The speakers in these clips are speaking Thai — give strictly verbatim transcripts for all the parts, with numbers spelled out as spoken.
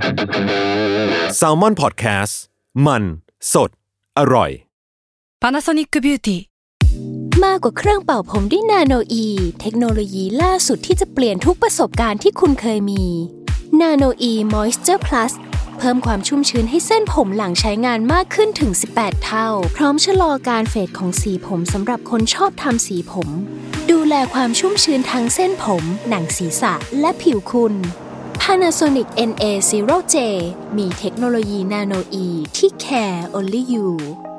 Salmon Podcast มันสดอร่อย Panasonic Beauty มากกว่าเครื่องเป่าผมด้วยนาโนอีเทคโนโลยีล่าสุดที่จะเปลี่ยนทุกประสบการณ์ที่คุณเคยมีนาโนอี Moisture Plus เพิ่มความชุ่มชื้นให้เส้นผมหลังใช้งานมากขึ้นถึงสิบแปดเท่าพร้อมชะลอการเฟดของสีผมสำหรับคนชอบทำสีผมดูแลความชุ่มชื้นทั้งเส้นผมหนังศีรษะและผิวคุณ Panasonic เอ็น เอ ศูนย์ เจ มีเทคโนโลยีนาโนอีที่ care only you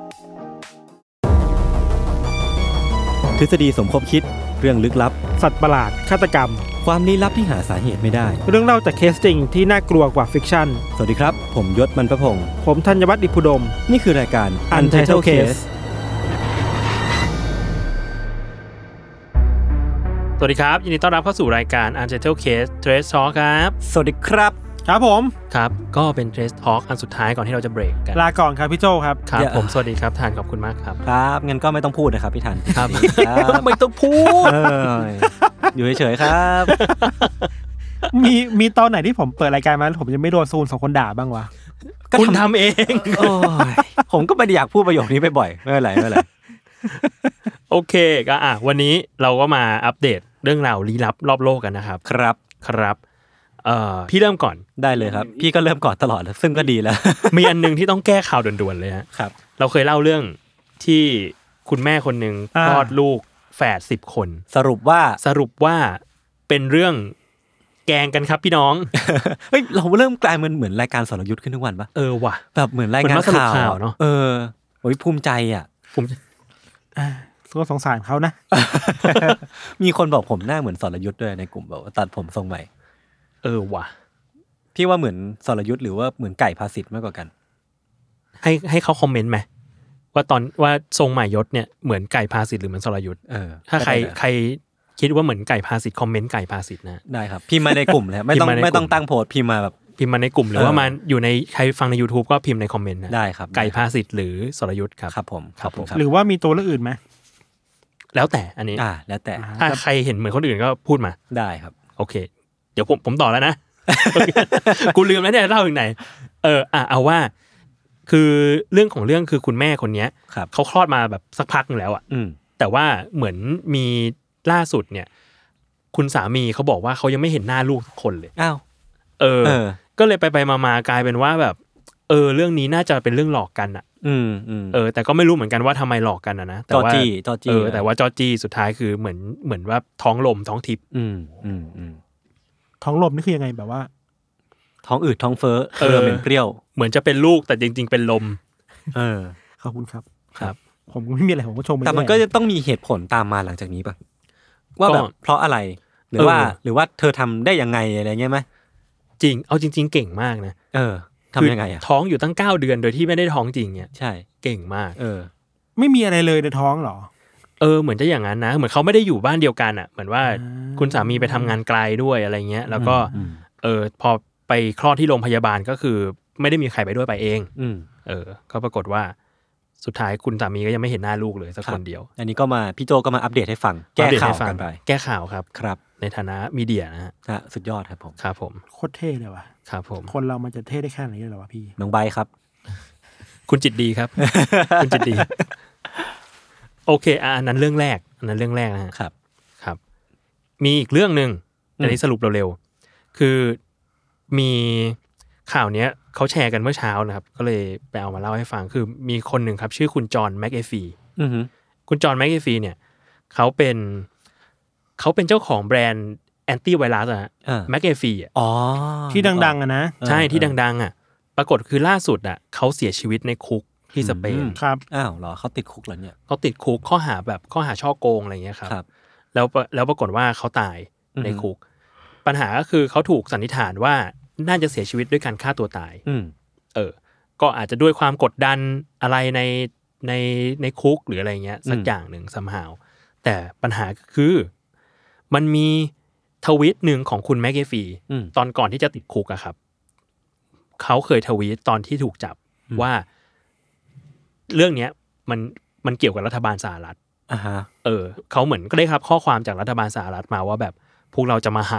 ทฤษฎีสมคบคิดเรื่องลึกลับสัตว์ประหลาดฆาตกรรมความลี้ลับที่หาสาเหตุไม่ได้เรื่องเล่าจากเคสจริงที่น่ากลัวกว่าฟิกชั่นสวัสดีครับผมยศมันประพงษ์ผมธัญวัฒน์อิพุดมนี่คือรายการ Untitled Case สวัสดีครับยินดีต้อนรับเข้าสู่รายการ Untitled Case Trace Talk ครับสวัสดีครับครับผมครับก็เป็น Trace Talk อันสุดท้ายก่อนที่เราจะเบรกกันลาก่อนครับพี่โจครับครับผมสวัสดีครับทานขอบคุณมากครับครับงั้นก็ไม่ต้องพูดนะครับพี่ทันครับไม่ต้องพูดอยู่เฉยๆครับมีมีตอนไหนที่ผมเปิดรายการมาผมจะไม่โดนซูนสองคนด่าบ้างวะคุณทำเองผมก็ไม่ได้อยากพูดประโยคนี้บ่อยๆไม่เป็นไรไม่เป็นไรโอเคก็อ่ะวันนี้เราก็มาอัปเดตเรื่องราวลี้ลับรอบโลกกันนะครับครับครับเอ่อพี่เริ่มก่อนได้เลยครับพี่ก็เริ่มก่อนตลอดซึ่งก็ดีแล้วมีอันนึงที่ต้องแก้ข่าวด่วนๆเลยฮะครับเราเคยเล่าเรื่องที่คุณแม่คนนึงคลอดลูกแฝดสิบคนสรุปว่าสรุปว่าเป็นเรื่องแกงกันครับพี่น้องเฮ้ยเราเริ่มกลายเป็นเหมือนรายการสรยุทธ์ขึ้นทุกวันป่ะเออว่ะแบบเหมือนรายงานข่าวเนาะเออโอ้ยภูมิใจอ่ะภูมิอ่าก็สงสารเขานะมีคนบอกผมหน้าเหมือนสรยุทธ์ด้วยในกลุ่มแบบว่าตัดผมทรงใหม่เออว่ะพี่ว่าเหมือนสรยุทธ์หรือว่าเหมือนไก่ภาสิทธิ์มากกว่ากันให้ให้เขาคอมเมนต์ไหมว่าตอนว่าทรงใหม่ยศเนี่ยเหมือนไก่ภาสิทธิ์หรือเหมือนสรยุทธ์ถ้าใครใครคิดว่าเหมือนไก่ภาสิทธิ์คอมเมนต์ไก่ภาสิทธิ์นะได้ครับพิมพ์มาในกลุ่มเลยไม่ต้องไม่ต้องตั้งโพสต์พิมพ์มาแบบพิมพ์มาในกลุ่มหรือว่ามาอยู่ในใครฟังใน YouTube ก็พิมพ์ในคอมเมนต์นะได้ครับไก่ภาสิทธิ์หรือสรยุทธ์ครับครับผมครับผมหรือว่ามีตัวเลือกอื่นไหมแล้วแต่อันนี้อ่าแล้วแต่ถ้าใครเห็นเหมือนคนอื่นก็พูดมาได้ครับโอเคเดี๋ยวผมผมต่อแล้วนะ กูลืมแล้วเนี่ยเล่าถึงไหนเอออ่ะเอาว่าคือเรื่องของเรื่องคือคุณแม่คนนี้เขาคลอดมาแบบสักพักนึงแล้วอ่ะแต่ว่าเหมือนมีล่าสุดเนี่ยคุณสามีเขาบอกว่าเขายังไม่เห็นหน้าลูกทุกคนเลยอ้าวเออก็เลยไปไปมากลายเป็นว่าแบบเออเรื่องนี้น่าจะเป็นเรื่องหลอกกันอ่ะอืมอืมเออแต่ก็ไม่รู้เหมือนกันว่าทำไมหลอกกันอ่ะนะแต่ว่าเออแต่ว่าจอจี้สุดท้ายคือเหมือนเหมือนว่าท้องลมท้องทิพย์อืมอืมอืมท้องลมนี่คือยังไงแบบว่าท้องอืดท้องเฟ้อเออเป็นเปรี้ยวเหมือนจะเป็นลูกแต่จริงๆเป็นลมเออขอบคุณครับครับผมไม่มีอะไรผมก็ชมไปแต่มันก็จะต้องมีเหตุผลตามมาหลังจากนี้ป่ะว่าแบบเพราะอะไรหรือว่าหรือว่าเธอทำได้ยังไงอะไรเงี้ยไหมจริงเอาจริงๆเก่งมากนะเออทำยังไงอ่ะท้องอยู่ตั้งเก้าเดือนโดยที่ไม่ได้ท้องจริงเนี่ยใช่เก่งมากเออไม่มีอะไรเลยในท้องหรอเออเหมือนจะอย่างนั้นนะเหมือนเขาไม่ได้อยู่บ้านเดียวกันอ่ะเหมือนว่าคุณสามีไปทำงานไกลด้วยอะไรเงี้ยแล้วก็เออพอไปคลอดที่โรงพยาบาลก็คือไม่ได้มีใครไปด้วยไปเองเออก็ปรากฏว่าสุดท้ายคุณสามีก็ยังไม่เห็นหน้าลูกเลยสักคนเดียวอันนี้ก็มาพี่โจก็มาอัปเดตให้ฟังแก้ข่าวกันไปแก้ข่าวครับครับในฐานะมีเดียนะฮะสุดยอดครับผมครับผมโคตรเท่เลยว่ะครับผมคนเรามันจะเท่ได้แค่ไหนเลยเหรอวะพี่น้องใบครับคุณจิตดีครับคุณจิตดีโอเคอันนั้นเรื่องแรกอันนั้นเรื่องแรกนะฮะครับครับมีอีกเรื่องนึงอันนี้สรุปเร็วๆคือมีข่าวเนี้ยเขาแชร์กันเมื่อเช้านะครับก็เลยไปเอามาเล่าให้ฟังคือมีคนหนึ่งครับชื่อคุณจอห์นแมคเอฟีคุณจอห์นแมคเอฟีเนี่ยเขาเป็นเขาเป็นเจ้าของแบรนด์แอนตี้ไวรัสอะแมคเอฟีอ่ะอ๋อที่ดังๆอ่ะนะใช่ที่ดังๆอ่ะปรากฏคือล่าสุดอ่ะเขาเสียชีวิตในคุกที่สเปนครับอ้าวเหรอเขาติดคุกแล้วเนี่ยเขาติดคุกข้อหาแบบข้อหาช่อโกงอะไรเงี้ยครับแล้วแล้วปรากฏว่าเขาตายในคุกปัญหาก็คือเขาถูกสันนิษฐานว่าน่าจะเสียชีวิตด้วยการฆ่าตัวตายเออก็อาจจะด้วยความกดดันอะไรในในในคุกหรืออะไรเงี้ยสักอย่างหนึ่งซัมฮาวแต่ปัญหาคือมันมีทวีตหนึ่งของคุณแมคเกฟีตอนก่อนที่จะติดคุกอะครับเขาเคยทวีตตอนที่ถูกจับว่าเรื่องเนี้ยมันมันเกี่ยวกับรัฐบาลสหรัฐอ่าฮะเออเขาเหมือนก็ได้รับข้อความจากรัฐบาลสหรัฐมาว่าแบบพวกเราจะมาหา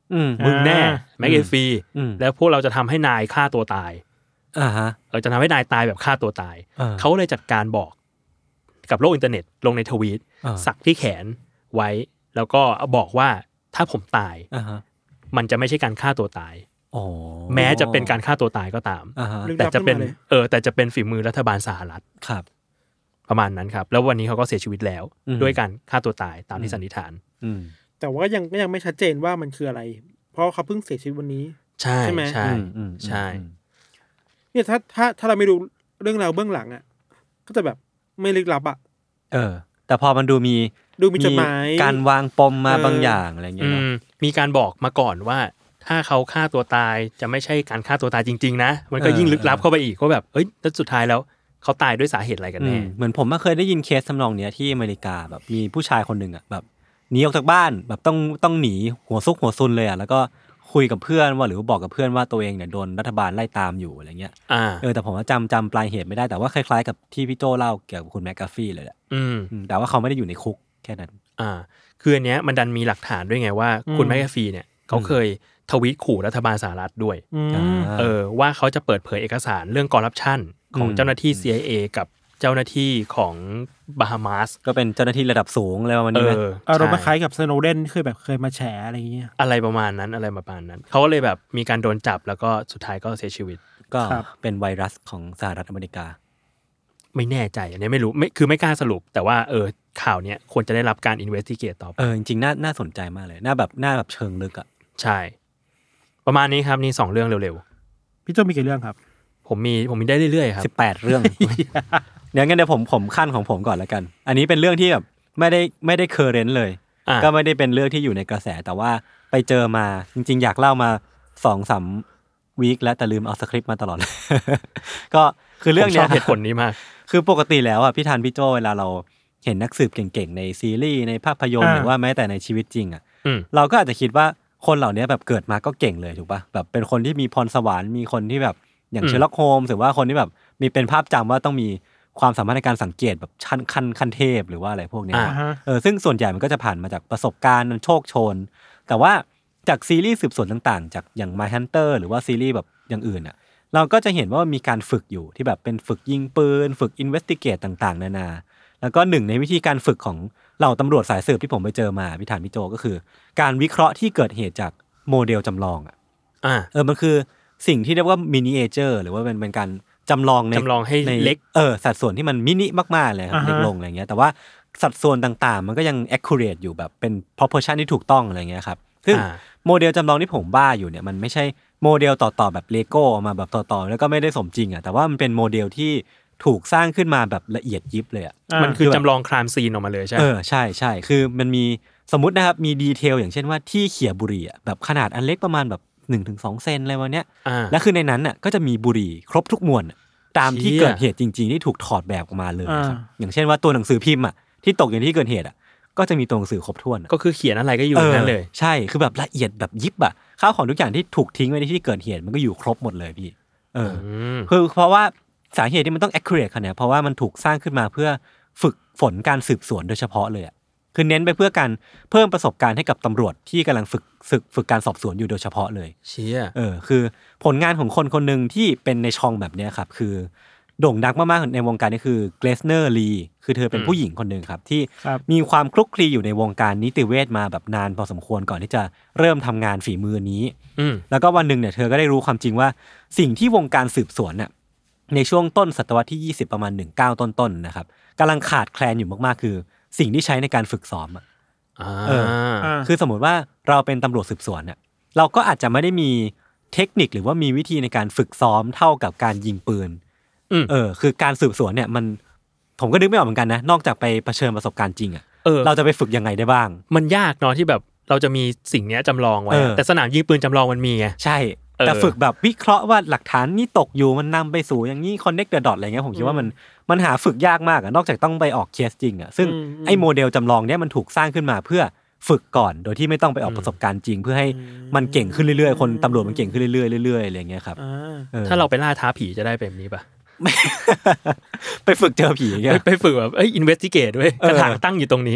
มึงแน่แม็กเอฟีแล้วพวกเราจะทำให้นายฆ่าตัวตายอ่าฮะเราจะทำให้นายตายแบบฆ่าตัวตายเขาเลยจัดการบอกกับโลกอินเทอร์เน็ตลงในทวีตสักที่แขนไว้แล้วก็บอกว่าถ้าผมตายมันจะไม่ใช่การฆ่าตัวตายแม้จะเป็นการฆ่าตัวตายก็ตามแต่จะเป็นเออแต่จะเป็นฝีมือรัฐบาลสหรัฐครับประมาณนั้นครับแล้ววันนี้เขาก็เสียชีวิตแล้วด้วยการฆ่าตัวตายตามที่สันนิษฐานแต่ว่ายังก็ยังไม่ชัดเจนว่ามันคืออะไรเพราะเขาเพิ่งเสียชีวิตวันนี้ใช่ใช่ไหมใช่ใช่เนี่ยถ้าถ้าถ้าเราไม่รู้เรื่องราวเบื้องหลังอ่ะก็จะแบบไม่ลึกลับอ่ะเออแต่พอมันดูมีดูมีจดหมายการวางปมมาบางอย่างอะไรเงี้ยมีการบอกมาก่อนว่าถ้าเขาฆ่าตัวตายจะไม่ใช่การฆ่าตัวตายจริงๆนะมันก็ยิ่งลึกลับเข้าไปอีกว่าแบบเอ้ยแล้วสุดท้ายแล้วเขาตายด้วยสาเหตุอะไรกันแน่เหมือนผมเคยได้ยินเคสทำนองเนี้ยที่อเมริกาแบบมีผู้ชายคนหนึ่งอ่ะแบบหนีออกจากบ้านแบบต้องต้องหนีหัวซุกหัวซุนเลยอ่ะแล้วก็คุยกับเพื่อนว่าหรือบอกกับเพื่อนว่าตัวเองเนี่ยโดนรัฐบาลไล่ตามอยู่อะไรเงี้ยเออแต่ผมว่าจำจำปลายเหตุไม่ได้แต่ว่าคล้ายๆกับที่พี่โจเล่าเกี่ยวกับคุณแมคกาฟี่เลยแหละแต่ว่าเขาไม่ได้อยู่ในคุกแค่นั้นอ่าคืออันเนี้ยมันดันมีหลักฐานด้วยไงว่าคุณแมคกาฟี่เนี่ยเขาเคยทวีตขู่รัฐบาลสหรัฐด้วยเออว่าเขาจะเปิดเผยเอกสารเรื่องคอร์รัปชันของเจ้าหน้าที่ ซี ไอ เอ กับเจ้าหน้าที่ของบาฮามาสก็เป็นเจ้าหน้าที่ระดับสูงอะไรประมาณนี้มั้ยอารมณ์คล้ายกับสโนว์เดนเคยแบบเคยมาแฉอะไรอย่างเงี้ยอะไรประมาณนั้นอะไรประมาณนั้นเขาก็เลยแบบมีการโดนจับแล้วก็สุดท้ายก็เสียชีวิตก็เป็นไวรัสของสหรัฐอเมริกาไม่แน่ใจอันนี้ไม่รู้ไม่คือไม่กล้าสรุปแต่ว่าเออข่าวเนี้ยควรจะได้รับการอินเวสติเกตต่อไปเออจริงๆน่าน่าสนใจมากเลยน่าแบบน่าแบบเชิงลึกอ่ะใช่ประมาณนี้ครับนี่สองเรื่องเร็วๆพี่โจมีกี่เรื่องครับผมมีผมมีได้เรื่อยๆครับสิบแปดเรื่อง เดี๋ยวงั้นเดี๋ยวผมผมขั้นของผมก่อนแล้วกันอันนี้เป็นเรื่องที่แบบไม่ได้ไม่ได้เคอร์เรนต์เลยก็ไม่ได้เป็นเรื่องที่อยู่ในกระแสแต่ว่าไปเจอมาจริงๆอยากเล่ามา สองถึงสาม วีคแล้วแต่ลืมเอาสคริปต์มาตลอดเลย ก็คือเรื่องเนี้ยชอบเหตุผลนี้มากคือปกติแล้วอ่ะพี่ธันพี่โจเวลาเราเห็นนักสืบเก่งๆในซีรีส์ในภาพยนตร์หรือว่าแม้แต่ในชีวิตจริงอ่ะเราก็อาจจะคิดว่าคนเหล่านี้แบบเกิดมาก็เก่งเลยถูกป่ะแบบเป็นคนที่มีพรสวรรค์มีคนที่แบบอย่างเชอร์ล็อกโฮมส์หรือว่าคนที่แบบมีเป็นภาพจำว่าต้องมีความสามารถในการสังเกตแบบชั้นขั้นขั้นเทพหรือว่าอะไรพวกนี้เออซึ่งส่วนใหญ่มันก็จะผ่านมาจากประสบการณ์โชคโชนแต่ว่าจากซีรีส์สืบสวนต่างๆจากอย่าง Mindhunter หรือว่าซีรีส์แบบอย่างอื่นอ่ะเราก็จะเห็นว่ามีการฝึกอยู่ที่แบบเป็นฝึกยิงปืนฝึก investigate ต่างๆนานาแล้วก็หนึ่งในวิธีการฝึกของเหล่าตำรวจสายสืบที่ผมไปเจอมาพิธานพี่โจก็คือการวิเคราะห์ที่เกิดเหตุจากโมเดลจำลองอ่ะเออมันคือสิ่งที่เรียกว่ามินิเอเจอร์หรือว่าเป็นเป็นการจำลองในจำลองให้เล็กเออสัดส่วนที่มันมินิมากๆเลยครับเล็กลงอะไรเงี้ยแต่ว่าสัดส่วนต่างๆมันก็ยัง accurate อยู่แบบเป็น proportion ที่ถูกต้องอะไรเงี้ยครับซึ่งโมเดลจำลองที่ผมบ้าอยู่เนี่ยมันไม่ใช่โมเดลต่อๆแบบเลโก้ออกมาแบบต่อๆแล้วก็ไม่ได้สมจริงอ่ะแต่ว่ามันเป็นโมเดลที่ถูกสร้างขึ้นมาแบบละเอียดยิบเลยอ่ะมันคือจำลองครามซีนออกมาเลยใช่เออใช่ใช่คือมันมีสมมตินะครับมีดีเทลอย่างเช่นว่าที่เขี่ยบุหรี่อ่ะแบบขนาดอันเล็กประมาณแบบ หนึ่งถึงสอง เซนอะไรวันเนี้ยแล้วคือในนั้นน่ะก็จะมีบุหรี่ครบทุกมวลตามที่เกิดเหตุจริงๆที่ถูกถอดแบบออกมาเลยครับอย่างเช่นว่าตัวหนังสือพิมพ์อ่ะที่ตกอย่างที่เกิดเหตุอ่ะก็จะมีตัวหนังสือครบถ้วนก็คือเขียนอะไรก็อยู่ในนั้นเลยใช่คือแบบละเอียดแบบยิบอ่ะข้าวของทุกอย่างที่ถูกทิ้งไว้ในที่เกิดเหตุมันก็อยู่ครบหมดเลยพี่เออคือเพราะว่าสาเหตุที่มันต้อง accurate ขนาดนี้เพราะว่ามันถูกสร้างขึ้นมาเพื่อฝึกฝนการสืบสวนโดยเฉพาะเลยอ่ะคือเน้นไปเพื่อการเพิ่มประสบการณ์ให้กับตำรวจที่กำลังฝึกฝึกฝึกการสอบสวนอยู่โดยเฉพาะเลยเชี่ยเออคือผลงานของคนคนนึงที่เป็นในช่องแบบนี้ครับคือโด่งดังมากๆในวงการนี่คือเกรซเนอร์ลีคือเธอเป็นผู้หญิงคนนึงครับที่มีความคลุกคลีอยู่ในวงการนิติเวชมาแบบนานพอสมควรก่อนที่จะเริ่มทำงานฝีมือนี้แล้วก็วันนึงเนี่ยเธอก็ได้รู้ความจริงว่าสิ่งที่วงการสืบสวนน่ะในช่วงต้นศตวรรษที่ยี่สิบประมาณสิบเก้าต้นๆนะครับกำลังขาดแคลนอยู่มากๆคือสิ่งที่ใช้ในการฝึกซ้อมอ่ะเออคือสมมติว่าเราเป็นตำรวจสืบสวนเนี่ยเราก็อาจจะไม่ได้มีเทคนิคหรือว่ามีวิธีในการฝึกซ้อมเท่ากับการยิงปืนเออคือการสืบสวนเนี่ยมันผมก็นึกไม่ออกเหมือนกันนะนอกจากไปเผชิญประสบการณ์จริงอ่ะเราจะไปฝึกยังไงได้บ้างมันยากเนาะที่แบบเราจะมีสิ่งนี้จำลองไว้แต่สนามยิงปืนจำลองมันมีไงใช่แต่ฝึกแบบวิเคราะห์ว่าหลักฐานนี่ตกอยู่มันนำไปสู่อย่างนี้ connect the dot อะไรเงี้ยผมคิดว่ามันมันหาฝึกยากมากอ่ะนอกจากต้องไปออกเคสจริงอ่ะซึ่งไอ้โมเดลจำลองเนี้ยมันถูกสร้างขึ้นมาเพื่อฝึกก่อนโดยที่ไม่ต้องไปออกประสบการณ์จริงเพื่อให้มันเก่งขึ้นเรื่อยๆคนตำรวจมันเก่งขึ้นเรื่อยๆเรื่อยๆอะไรเงี้ยครับถ้าเราไปล่าท้าผีจะได้แบบนี้ป่ะไปฝึกเจอผีอย่างเงี้ยไปฝึกแบบเอ้ย investigate ด้วยกระถางตั้งอยู่ตรงนี้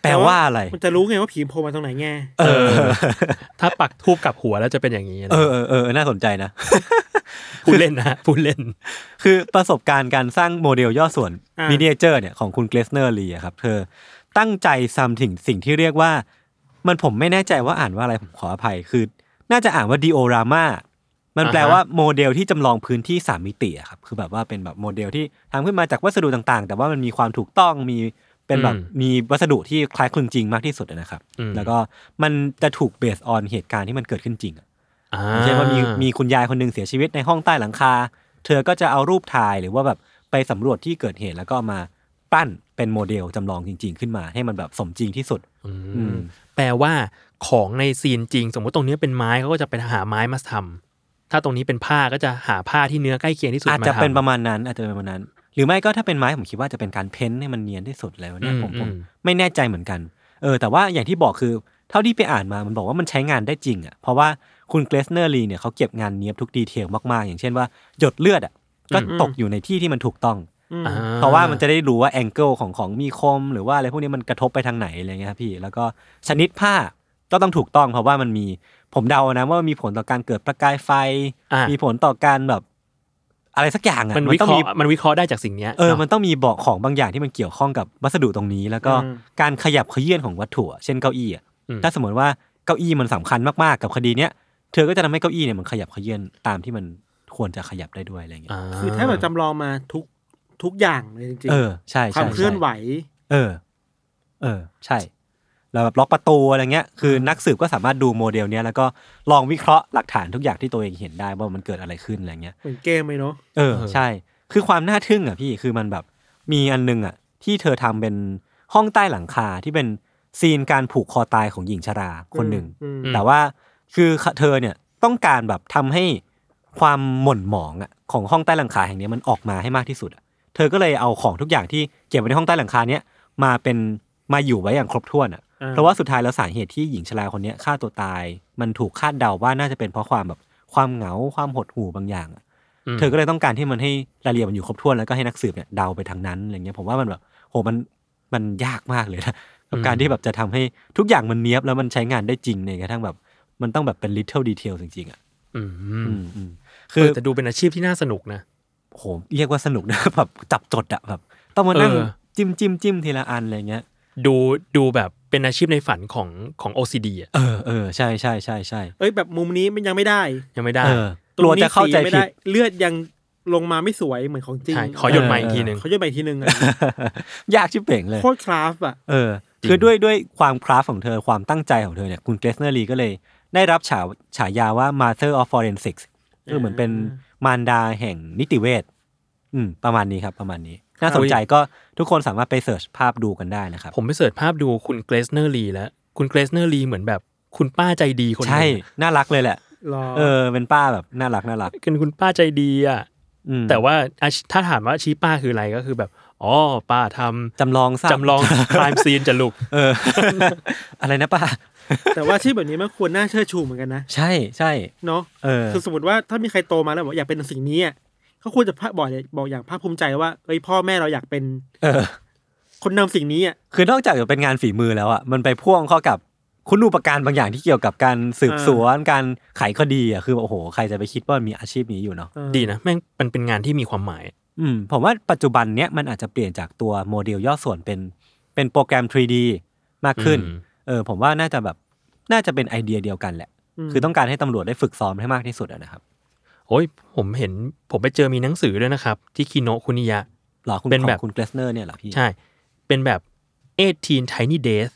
แปลว่าอะไรมันจะรู้ไงว่าผีโผล่มาตรงไหนไงเออถ้าปักทูบกับหัวแล้วจะเป็นอย่างนี้เออเออเออน่าสนใจนะพูดเล่นนะพูดเล่นคือประสบการณ์การสร้างโมเดลย่อส่วนมินิเจอร์เนี่ยของคุณเกรซเนอร์ลีอะครับเธอตั้งใจทำถึงสิ่งที่เรียกว่ามันผมไม่แน่ใจว่าอ่านว่าอะไรผมขออภัยคือน่าจะอ่านว่าดิโอรามามันแปลว่าโมเดลที่จำลองพื้นที่สามมิติอะครับคือแบบว่าเป็นแบบโมเดลที่ทำขึ้นมาจากวัสดุต่างๆแต่ว่ามันมีความถูกต้องมีเป็นแบบมีวัสดุที่คล้ายคลึงจริงมากที่สุดนะครับแล้วก็มันจะถูกเบสออนเหตุการณ์ที่มันเกิดขึ้นจริงอ่ะเช่นว่ามีมีคุณยายคนนึงเสียชีวิตในห้องใต้หลังคาเธอก็จะเอารูปถ่ายหรือว่าแบบไปสำรวจที่เกิดเหตุแล้วก็มาปั้นเป็นโมเดลจำลองจริงๆขึ้นมาให้มันแบบสมจริงที่สุดแปลว่าของในซีนจริงสมมติตรงนี้เป็นไม้เขาก็จะไปหาไม้มาทำถ้าตรงนี้เป็นผ้าก็จะหาผ้าที่เนื้อใกล้เคียงที่สุดมาทำอาจจะเป็นประมาณนั้นอาจจะเป็นประมาณนั้นหรือไม่ก็ถ้าเป็นไม้ผมคิดว่าจะเป็นการเพ้นท์ให้มันเนียนที่สุดแล้วเนี่ยผมผมไม่แน่ใจเหมือนกันเออแต่ว่าอย่างที่บอกคือเท่าที่ไปอ่านมามันบอกว่ามันใช้งานได้จริงอ่ะเพราะว่าคุณเกรซเนอร์ลีเนี่ยเขาเก็บงานเนียบทุกดีเทลมากๆอย่างเช่นว่าหยดเลือดอ่ะก็ตกอยู่ในที่ที่มันถูกต้องเพราะว่ามันจะได้รู้ว่าแองเกิลของของมีคมหรือว่าอะไรพวกนี้มันกระทบไปทางไหนอะไรเงี้ยครับพี่แล้วก็ชนิดผ้าก็ต้องถูกต้องเพราะว่ามันมีผมเดานะว่ามีผลต่อการเกิดประกายไฟมีผลต่อการแบบอะไรสักอย่างอ่ะมันวิเคราะห์มันวิเคราะห์ได้จากสิ่งนี้เออมันต้องมีบอกของบางอย่างที่มันเกี่ยวข้องกับวัสดุตรงนี้แล้วก็การขยับเขยื่อนของวัตถุเช่นเก้าอี้อ่ะถ้าสมมติว่าเก้าอี้มันสำคัญมากๆกับคดีเนี้ยเธอก็จะทำให้เก้าอี้เนี่ยมันขยับเขยื่อนตามที่มันควรจะขยับได้ด้วยอะไรเงี้ยคือถ้าแบบจำลองมาทุกทุกอย่างเลยจริงๆเออใช่ๆความเคลื่อนไหวเออเออใช่แล้วแบบล็อกประตูอะไรเงี้ยคือนักสืบก็สามารถดูโมเดลเนี้ยแล้วก็ลองวิเคราะห์หลักฐานทุกอย่างที่ตัวเองเห็นได้ว่ามันเกิดอะไรขึ้นอะไรเงี้ยเหมือนเกมเลยเนาะเออใช่คือความน่าทึ่งอ่ะพี่คือมันแบบมีอันนึงอ่ะที่เธอทำเป็นห้องใต้หลังคาที่เป็นซีนการผูกคอตายของหญิงชราคนหนึ่งแต่ว่าคือเธอเนี่ยต้องการแบบทำให้ความหม่นหมองอ่ะของห้องใต้หลังคาแห่งนี้มันออกมาให้มากที่สุดอ่ะเธอก็เลยเอาของทุกอย่างที่เก็บไว้ในห้องใต้หลังคาเนี้ยมาเป็นมาอยู่ไว้อย่างครบถ้วนอ่ะเพราะว่าสุดท้ายแล้วสาเหตุที่หญิงชราคนนี้ฆ่าตัวตายมันถูกคาดเดาว่าน่าจะเป็นเพราะความแบบความเหงาความหดหู่บางอย่างอ่ะเธอก็เลยต้องการที่มันให้รายละเอียดมันอยู่ครบถ้วนแล้วก็ให้นักสืบเนี่ยเดาไปทางนั้นอะไรเงี้ยผมว่ามันแบบโหมันมันยากมากเลยนะกับการที่แบบจะทำให้ทุกอย่างมันเนียบแล้วมันใช้งานได้จริงในกระทั่งแบบมันต้องแบบเป็น little detail จริงๆอ่ะคือแต่ดูเป็นอาชีพที่น่าสนุกนะโหเรียกว่าสนุกนะแบบจับจดอ่ะแบบต้องมานั่งจิ้มจิ้มจิ้มทีละอันอะไรเงี้ยดูดูแบบเป็นอาชีพในฝันของของ โอ ซี ดี อ่ะเออเออใช่ใช่ใช่ใช่เอ้ยแบบมุมนี้มันยังไม่ได้ยังไม่ได้กลัวจะเข้าใจผิดเลือดยังลงมาไม่สวยเหมือนของจริงขอหยดใหม่อีกทีนึงขอหยดใหม่อีกทีนึงยากชิบเป่งเลยโคตรคราฟอ่ะเออคือด้วยด้วยความคราฟของเธอความตั้งใจของเธอเนี่ยคุณเกรซเนอร์ลีก็เลยได้รับฉาฉายาว่า Mother of Forensics คือเหมือนเป็นมารดาแห่งนิติเวชอืมประมาณนี้ครับประมาณนี้น่าสนใจก็ทุกคนสามารถไปเสิร์ชภาพดูกันได้นะครับผมไปเสิร์ชภาพดูคุณเกรซเนอร์ลีแล้วคุณเกรซเนอร์ลีเหมือนแบบคุณป้าใจดีคนนึงใช่น่ารักเลยแหละเออเป็นป้าแบบน่ารักน่ารักเป็นคุณป้าใจดีอ่ะแต่ว่าถ้าถามว่าชี้ป้าคืออะไรก็คือแบบอ๋อป้าทำจำลองจำลองครามซีนจะลุกเอออะไรนะป้าแต่ว่าที่แบบนี้มันควรน่าเชิดชูเหมือนกันนะใช่ใช่เนาะคือสมมติว่าถ้ามีใครโตมาแล้วบอกอยากเป็นสิ่งนี้เขาควรจะบอกบอกอย่างภาคภูมิใจว่าเอ้ยพ่อแม่เราอยากเป็นคนนำสิ่งนี้อ่ะคือนอกจากจะเป็นงานฝีมือแล้วอ่ะมันไปพ่วงเข้ากับคุณูปการบางอย่างที่เกี่ยวกับการสืบสวนการไขคดีอ่ะคือโอ้โหใครจะไปคิดว่ามีอาชีพนี้อยู่เนาะดีนะแม่งมันเป็นงานที่มีความหมายอืมผมว่าปัจจุบันเนี้ยมันอาจจะเปลี่ยนจากตัวโมเดลย่อส่วนเป็นเป็นโปรแกรม ทรี ดี มากขึ้นเออผมว่าน่าจะแบบน่าจะเป็นไอเดียเดียวกันแหละคือต้องการให้ตำรวจได้ฝึกซ้อมให้มากที่สุดนะครับโอ้ยผมเห็นผมไปเจอมีหนังสือด้วยนะครับที่คิโนะคุนิยะหรอเป็นแบบคุณเกรซเนอร์เนี่ยเหรอพี่ใช่เป็นแบบeighteen Tiny Deaths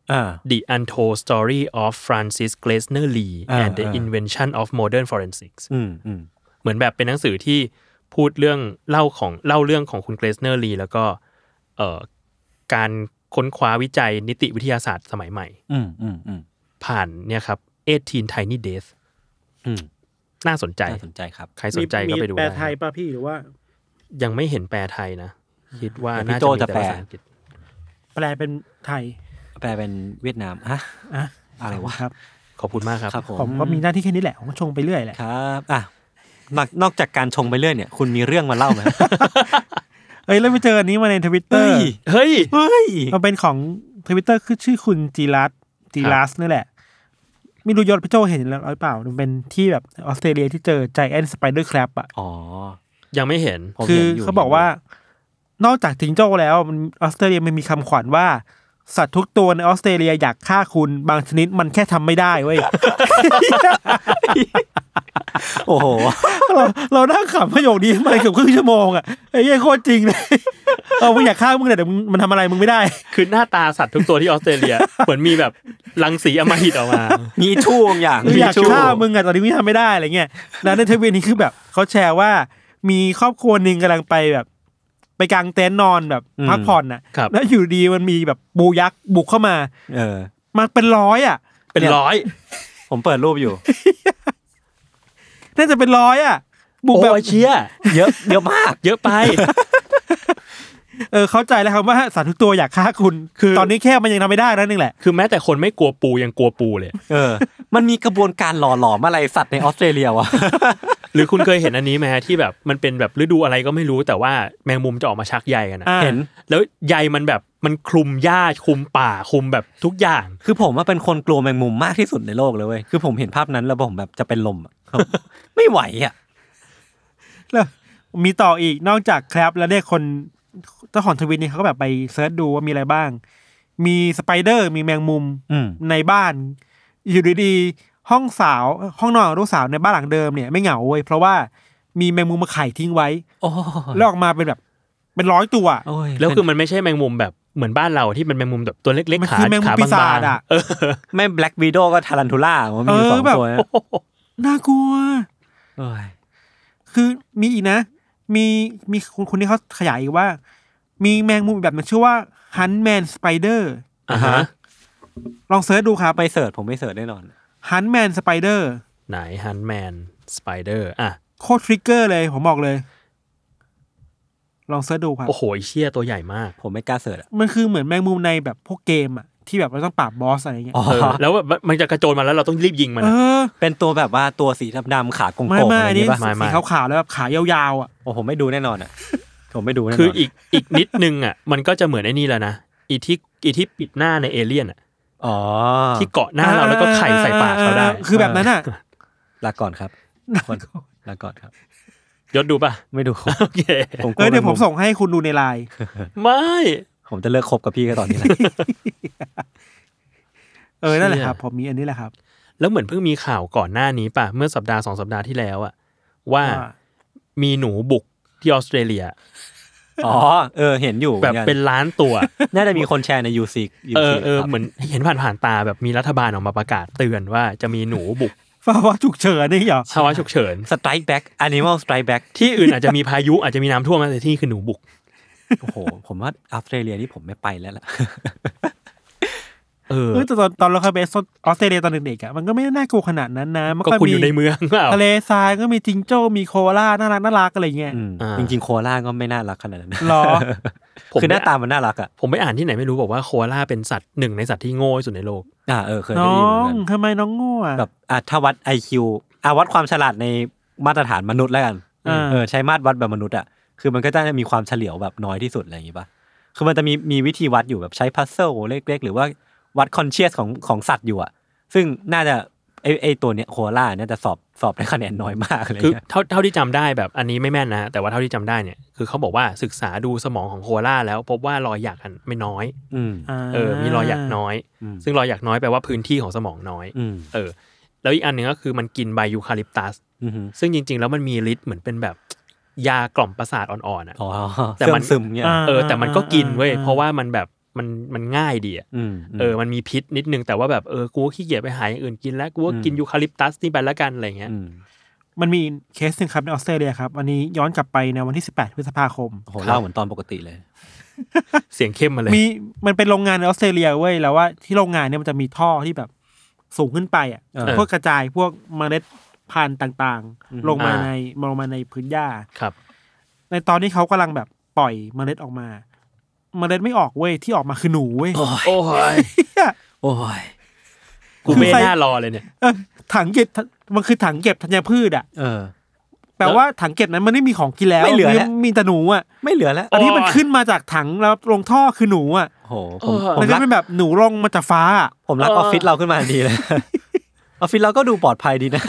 The Untold Story of Francis Glessner Lee and the Invention of Modern Forensics เหมือนแบบเป็นหนังสือที่พูดเรื่องเล่าของเล่าเรื่องของคุณเกรซเนอร์ลีแล้วก็เอ่อการค้นคว้าวิจัยนิติวิทยาศาสตร์สมัยใหม่ผ่านเนี่ยครับeighteen Tiny Deathsน่าสนใจน่าสนใจครับใครสนใจก็ไปดูได้มีแปลไทยป่ะพี่หรือว่ายังไม่เห็นแปลไทยนะคิดว่าน่าจะมีแต่ภาษาอังกฤษแปลเป็นไทยแปลเป็นเวียดนามฮะอะอะไรวะครับขอบคุณมากครับผมก็มีหน้าที่แค่นี้แหละผมก็ชงไปเรื่อยแหละครับอ่ะนอกจากการชงไปเรื่อยเนี่ยคุณมีเรื่องมาเล่าไหมเฮ้ยแล้วไปเจออันนี้มาใน Twitter เฮ้ยเฮ้ยมันเป็นของ Twitter คือชื่อคุณจีรัสจีรัสนี่แหละไม่รู้ยศพี่โจเห็นแล้วหรือเปล่ามันเป็นที่แบบออสเตรเลียที่เจอ Giant Spider Crab อ่ะอ๋อยังไม่เห็นคือเขาบอกว่านอกจากจิงโจ้แล้วมันออสเตรเลียมันมีคำขวัญว่าสัตว์ทุกตัวในออสเตรเลียอยากฆ่าคุณบางชนิดมันแค่ทำไม่ได้เว้ยโอ้โหเราเรานั่งขำประโยคนี้มาเกือบครึ่งชั่วโมงอ่ะไอ้เหี้ยโคตรจริงเลยเออมึงอยากฆ่ามึงแต่มันทำอะไรมึงไม่ได้คือหน้าตาสัตว์ทุกตัวที่ออสเตรเลียเหมือนมีแบบรังสีอำมหิตออกมามีชู่บางอย่างอยากฆ่ามึงอ่ะตอนนี้ไม่ทำไม่ได้อะไรเงี้ยแล้วในทวิตนี้คือแบบเขาแชร์ว่ามีครอบครัวนึงกำลังไปแบบไปกางเต็นท์นอนแบบพักผ่อนน่ะแล้วอยู่ดีมันมีแบบปูยักษ์บุกเข้ามาเออมาเป็นร้อยอ่ะเป็นร้อยผมเปิดรูปอยู่น่าจะเป็นร้อยอ่ะบุกแบบเชี่ยเยอะเยอะมากเยอะไปเออเข้าใจแล้วครับว่าสัตว์ทุกตัวอยากฆ่าคุณคือตอนนี้แค่มันยังทำไม่ได้นั่นเองแหละคือแม้แต่คนไม่กลัวปูยังกลัวปูเลยเออมันมีกระบวนการหล่อหลอมอะไรสัตว์ในออสเตรเลียวะหรือคุณเคยเห็นอันนี้ไหมฮะที่แบบมันเป็นแบบฤดูอะไรก็ไม่รู้แต่ว่าแมงมุมจะออกมาชักใยกันนะเห็นแล้วใยมันแบบมันคลุมหญ้าคลุมป่าคลุมแบบทุกอย่างคือผมว่าเป็นคนกลัวแมงมุมมากที่สุดในโลกเลยเว้ยคือผมเห็นภาพนั้นแล้วผมแบบจะเป็นลมไม่ไหวอ่ะแล้วมีต่ออีกนอกจากแครบแล้วเนี่ยคนเจ้าของทวิตนี่เขาก็แบบไปเสิร์ชดูว่ามีอะไรบ้างมีสไปเดอร์มีแมงมุมในบ้านอยู่ดีๆห้องสาวห้องนอนของลูกสาวในบ้านหลังเดิมเนี่ยไม่เหงาเว้ยเพราะว่ามีแมงมุมมาไข่ทิ้งไว้แล้วออกมาเป็นแบบเป็นร้อยตัวแล้วคือมันไม่ใช่แมงมุมแบบเหมือนบ้านเราที่เป็นแมงมุมแบบตัวเล็กๆขาขาบางๆไม่แบล็กวีโดก็ทารันทูล่ามันมีสองตัวน่ากลัวคือมีอีกนะมีมีคนคนนี้เขาขยายอีกว่ามีแมงมุมแบบมันชื่อว่าฮันแมนสไปเดอร์อ่าฮะลองเสิร์ชดูครับไปเสิร์ชผมไม่เสิร์ชแน่นอนฮันแมนสไปเดอร์ไหนฮันแมนสไปเดอร์อ่ะโคตรทริกเกอร์เลยผมบอกเลยลองเสิร์ชดูครับโอ้โหเชี่ยตัวใหญ่มากผมไม่กล้าเสิร์ชมันคือเหมือนแมงมุมในแบบพวกเกมอ่ะที่แบบเราต้องปราบบอสอะไรเงี้ยแล้วมันจะกระโจนมาแล้วเราต้องรีบยิงมันเป็นตัวแบบว่าตัวสีดำๆขาโก่งๆอะไรอย่างเงี้ยป่ะสีขาวๆแล้วแบบขายาวๆอ่ะโอ้ผมไม่ดูแน่นอนอ่ะผมไม่ดูแน่นอนคืออีกอีกนิดนึงอ่ะมันก็จะเหมือนไอ้นี่แล้วนะอีที่อีที่ปิดหน้าในเอเลี่ยนอ่ะอ๋อที่เกาะหน้าเราแล้วก็ไข่ใส่ปากเราได้คือแบบนั้นอ่ะลาก่อนครับคนลาก่อนครับยศดูป่ะไม่ดูโอเคเออเดี๋ยวผมส่งให้คุณดูในไลน์ไม่ผมจะเลิกคบกับพี่ก็ตอนนี้แหละเออนั่นแหละครับผมมีอันนี้แหละครับแล้วเหมือนเพิ่งมีข่าวก่อนหน้านี้ป่ะเมื่อสัปดาห์สองสัปดาห์ที่แล้วอ่ะว่ามีหนูบุกที่ออสเตรเลียอ๋อเออเห็นอยู่แบบเป็นล้านตัวน่าจะมีคนแชร์ใน ยู ซีเออเออเหมือนเห็นผ่านๆตาแบบมีรัฐบาลออกมาประกาศเตือนว่าจะมีหนูบุกภาวะฉุกเฉินนี่เหรอภาวะฉุกเฉิน Strike Back Animal Strike Back ที่อื่นอาจจะมีพายุอาจจะมีน้ำท่วมแต่ที่นี่คือหนูบุกโอ้โหผมว่าออสเตรเลียนี่ผมไม่ไปแล้วล่ะเออแต่ตอนตอนเราเคยไปออสเตรเลียตอนเด็กๆอ่ะมันก็ไม่น่ากลัวขนาดนั้นนะมันก็มีอยู่ในเมืองทะเลทรายก็มีจิงโจ้มีโคอาล่าน่ารักน่ารักอะไรเงี้ยจริงๆโคอาล่าก็ไม่น่ารักขนาดนั้นหรอคือหน้าตามันน่ารักอ่ะผมไปอ่านที่ไหนไม่รู้บอกว่าโคอาล่าเป็นสัตว์หนึ่งในสัตว์ที่โง่ที่สุดในโลกอ่าเออเคยได้ยินเหมือนกันทำไมน้องโง่อ่ะแบบอ่ะถ้าวัด ไอ คิว อ่ะวัดความฉลาดในมาตรฐานมนุษย์แล้วกันเออใช้มาตรวัดแบบมนุษย์อ่ะคือมันก็จะมีความเฉลียวแบบน้อยที่สุดอะไรอย่างงี้ป่ะคือมันจะมีมีวิธีวัดอยู่แบบใช้พัซเซิลเล็กๆหรือว่าวัดคอนเชียสของของสัตว์อยู่อ่ะซึ่งน่าจะไอไอตัวเนี้ยโคอาล่าน่าจะสอบสอบได้คะแนนน้อยมากเลยคือเท่าเท่าที่จำได้แบบอันนี้ไม่แม่นนะแต่ว่าเท่าที่จำได้เนี่ยคือเขาบอกว่าศึกษาดูสมองของโคอาล่าแล้วพบว่ารอยหยักอันไม่น้อยเออมีรอยหยักน้อยซึ่งรอยหยักน้อยแปลว่าพื้นที่ของสมองน้อยเออแล้วอีกอันนึงก็คือมันกินใบยูคาลิปตัสซึ่งจริงๆแล้วมันมีฤทธิ์เหมือนเป็นแบบยากล่อมประสาทอ่อนๆอ่ะแต่มันซึมเนี่ยเออแต่มันก็กินเว้ยเพราะว่ามันแบบมันมันง่ายดีอ่ะเออมันมีพิษนิดนึงแต่ว่าแบบเออกูขี้เกียจไปหาอย่างอื่นกินแล้วกูก็กินยูคาลิปตัสนี่ไปแล้วกันอะไรเงี้ยมันมีเคสนึงครับในออสเตรเลียครับวันนี้ย้อนกลับไปในวันที่สิบแปดพฤษภาคมโหเล่าเหมือนตอนปกติเลยเสียงเข้มมาเลยมีมันเป็นโรงงานในออสเตรเลียเว้ยแล้วว่าที่โรงงานเนี่ยมันจะมีท่อที่แบบสูงขึ้นไปอ่ะพวกกระจายพวกเมล็ดพันธุ์ต่างๆลงมาในลงมาในพื้นหญ้าครับในตอนที่เขากำลังแบบปล่อยเมล็ดออกมาเมล็ดไม่ออกเว้ยที่ออกมาคือหนูเว้ยโอ้ยโอ้ยกูไม่น่ารอเลยเนี่ยถังเก็บมันคือถังเก็บธัญพืชอ่ะเออแปลว่าถังเก็บนั้นมันไม่มีของกินแล้วไม่เหลือแล้วมีแต่หนูอ่ะไม่เหลือแล้วอันที่มันขึ้นมาจากถังแล้วลงท่อคือหนูอ่ะโอ้โหผมผมมันก็รักเป็นแบบหนูลงมาจากฟ้าผมรักออฟฟิศเราขึ้นมาดีเลย ออฟฟิศเราก็ดูปลอดภัยดีนะ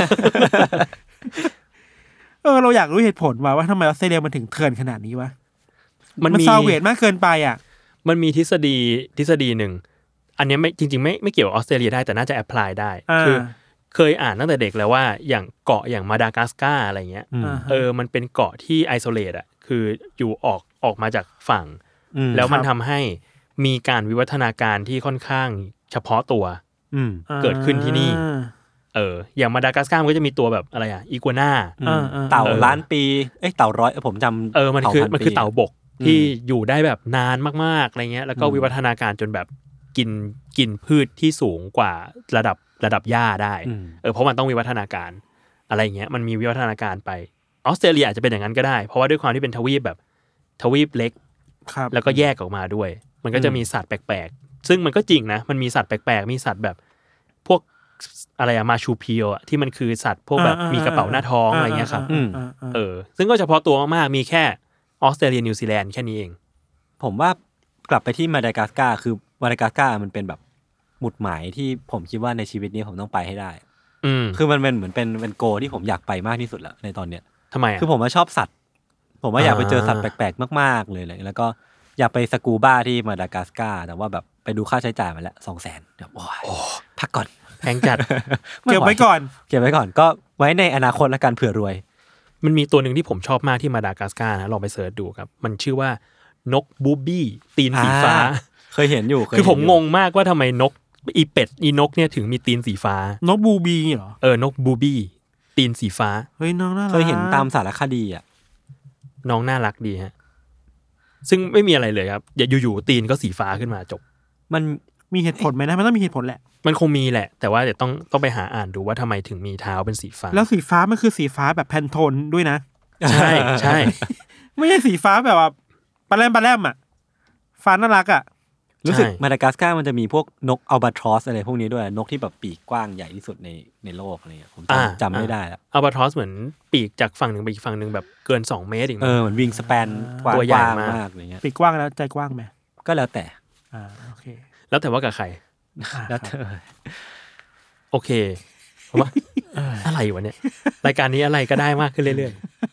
เออเราอยากรู้เหตุผลว่าว่าทำไมออสเตรเลียมันถึงเถื่อนขนาดนี้วะมันมันมีซาเวทมากเกินไปอ่ะมันมีทฤษฎีทฤษฎีหนึ่งอันนี้ไม่จริงๆไม่ไม่เกี่ยวกับออสเตรเลียได้แต่น่าจะแอพพลายได้คือเคยอ่านตั้งแต่เด็กแล้วว่าอย่างเกาะอย่างมาดากัสการ์อะไรเงี้ยเออมันเป็นเกาะที่ไอโซเลตอ่ะคืออยู่ออกออกมาจากฝั่งแล้วมันทำให้มีการวิวัฒนาการที่ค่อนข้างเฉพาะตัวเกิดขึ้นที่นี่เอออย่างมาดากัสการ์มันก็จะมีตัวแบบอะไรอ่ะอีกัวน่าเต่าล้านปีเอ้ยเต่าร้อยผมจำเออมันคือมันคือเต่าบกที่อยู่ได้แบบนานมากๆอะไรเงี้ยแล้วก็วิวัฒนาการจนแบบกินกินพืชที่สูงกว่าระดับระดับหญ้าได้เออเพราะมันต้องวิวัฒนาการอะไรเงี้ยมันมีวิวัฒนาการไปออสเตรเลียอาจจะเป็นอย่างนั้นก็ได้เพราะว่าด้วยความที่เป็นทวีปแบบทวีปเล็กแล้วก็แยกออกมาด้วยมันก็จะมีสัตว์แปลกๆซึ่งมันก็จริงนะมันมีสัตว์แปลกๆมีสัตว์แบบพวกอะไรอะมาชูพิโออะที่มันคือสัตว์พวกแบบมีกระเป๋าหน้าท้องอะไรเงี้ยครับเออซึ่งก็เฉพาะตัวมากๆมีแค่ออสเตรเลียนิวซีแลนด์แค่นี้เองผมว่ากลับไปที่มาดากัสการ์คือมาดากัสการ์มันเป็นแบบหมุดหมายที่ผมคิดว่าในชีวิตนี้ผมต้องไปให้ได้อืมคือมันเป็นเหมือนเป็นเป็นโกที่ผมอยากไปมากที่สุดแล้วในตอนเนี้ยทำไมอ่ะคือผมว่าชอบสัตว์ผมว่าอยากไปเจอสัตว์แปลกๆมากๆเลยเลยแล้วก็อยากไปสกูบ้าที่มาดากัสการ์แต่ว่าแบบไปดูค่าใช้จ่ายมาแล้ว สองแสน แบบโอ้พักก่อนแพงจัดเก็บไว้ก่อนเก็บไว้ก่อนก็ไว้ในอนาคตละกันเผื่อรวยมันมีตัวหนึ่งที่ผมชอบมากที่มาดากัสการ์นะลองไปเสิร์ชดูครับมันชื่อว่านกบูบี้ตีนสีฟ้าเคยเห็นอยู่คือผมงงมากว่าทำไมนกอีเป็ดอีนกเนี่ยถึงมีตีนสีฟ้านกบูบี้เหรอเออนกบูบี้ตีนสีฟ้าเฮ้ยน้องน่ารักเคยเห็นตามสารคดีอ่ะน้องน่ารักดีฮะซึ่งไม่มีอะไรเลยครับอย่าอยู่ๆตีนก็สีฟ้าขึ้นมาจบมันมีเหตุผลไหมนะมันต้องมีเหตุผลแหละมันคงมีแหละแต่ว่าเดี๋ยวต้องต้องไปหาอ่านดูว่าทำไมถึงมีเท้าเป็นสีฟ้าแล้วสีฟ้ามันคือสีฟ้าแบบแพนโทนด้วยนะใช่ใช่ไม่ใช่สีฟ้าแบบว่าปลาแรมปลาแรมอ่ะฟ้าน่ารักอ่ะรู้สึกมาดากัสการ์มันจะมีพวกนกอัลบาทรอสอะไรพวกนี้ด้วยนกที่แบบปีกกว้างใหญ่ที่สุดในในโลกอะไรเงี้ยผมจำจำไม่ได้แล้วอัลบาทรอสเหมือนปีกจากฝั่งหนึ่งไปอีกฝั่งหนึ่งแบบเกินสองเมตรอีกเออเหมือนวิงสแปนกว้างมากอะไรเงี้ยปีกกว้างแล้วใจกว้างไหมก็แล้วแต่อ่าโอเคแล้วแต่ว่ากับใครแล้วเธอโอเคผมว่าอะไรวะเนี่ยรายการนี้อะไรก็ได้มากขึ้นเรื่อย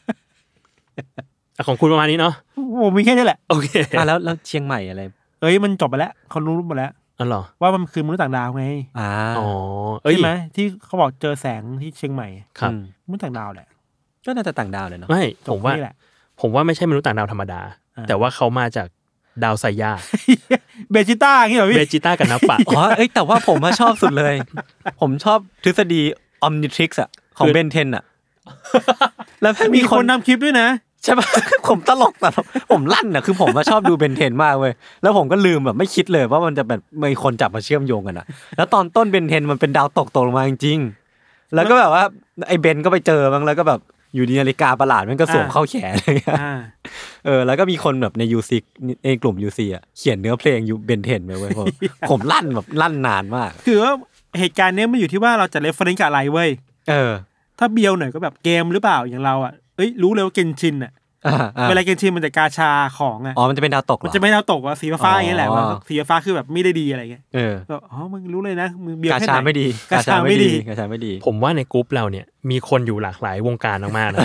ๆของคุณประมาณนี้เนาะโอ้มีแค่นี้แหละโอเคอ่ะแล้วแล้วเชียงใหม่อะไรเอ้ยมันจบไปแล้วเขารู้หมดแล้วอ๋อเหรอว่ามันคือมนุษย์ต่างดาวไงอ่าอ๋อเอ้ยใช่ไหมที่เขาบอกเจอแสงที่เชียงใหม่ครับมนุษย์ต่างดาวแหละก็น่าจะต่างดาวเลยเนาะไม่ผมว่าผมว่าไม่ใช่มนุษย์ต่างดาวธรรมดาแต่ว่าเขามาจากดาวไซย่าเบจิต้าอย่างงี้เหรอพี่เบจิต้ากับนับปะอ๋อเอ้ยแต่ว่าผมชอบสุดเลยผมชอบทฤษฎีออมนิทริกซ์อ่ะของเบนเทนอ่ะแล้วมีคนนำคลิปด้วยนะใช่ป่ะผมตลกแต่ผมลั่นอ่ะคือผมชอบดูเบนเทนมากเว้ยแล้วผมก็ลืมแบบไม่คิดเลยว่ามันจะแบบมีคนจับมาเชื่อมโยงกันอ่ะแล้วตอนต้นเบนเทนมันเป็นดาวตกตกลงมาจริงๆแล้วก็แบบว่าไอ้เบนก็ไปเจอบ้างแล้วก็แบบอยู่ในนาฬิกาประหลาดมันก็สวมเข้าแขนอะไรเงี้ยเออแล้วก็มีคนแบบใน ยู ซี ในกลุ่ม ยู ซี อ่ะเขียนเนื้อเพลงอยู่เบนเทนไปเว้ยผมผมลั่นแบบลั่นนานมากคือว่าเหตุการณ์นี้มันอยู่ที่ว่าเราจะเรฟเฟอเรนซ์กับอะไรเว้ยเออถ้าเบียวหน่อยก็แบบเกมหรือเปล่าอย่างเราอ่ะเอ้ยรู้เลยว่าเกนชินอ่ะเวลาเกนชินมันจะกาชาของอ่ะอ๋อมันจะเป็นดาวตกมันจะไม่ดาวตกว่าสีฟ้าอย่างเงี้ยแหละว่าสีฟ้าคือแบบไม่ได้ดีอะไรเงี้ยเอออ๋อมึงรู้เลยนะมึงเบียวแค่ไหนกาชาไม่ดีกาชาไม่ดีกาชาไม่ดีผมว่าในกลุ่มเราเนี่ยมีคนอยู่หลากหลายวงการมากๆนะ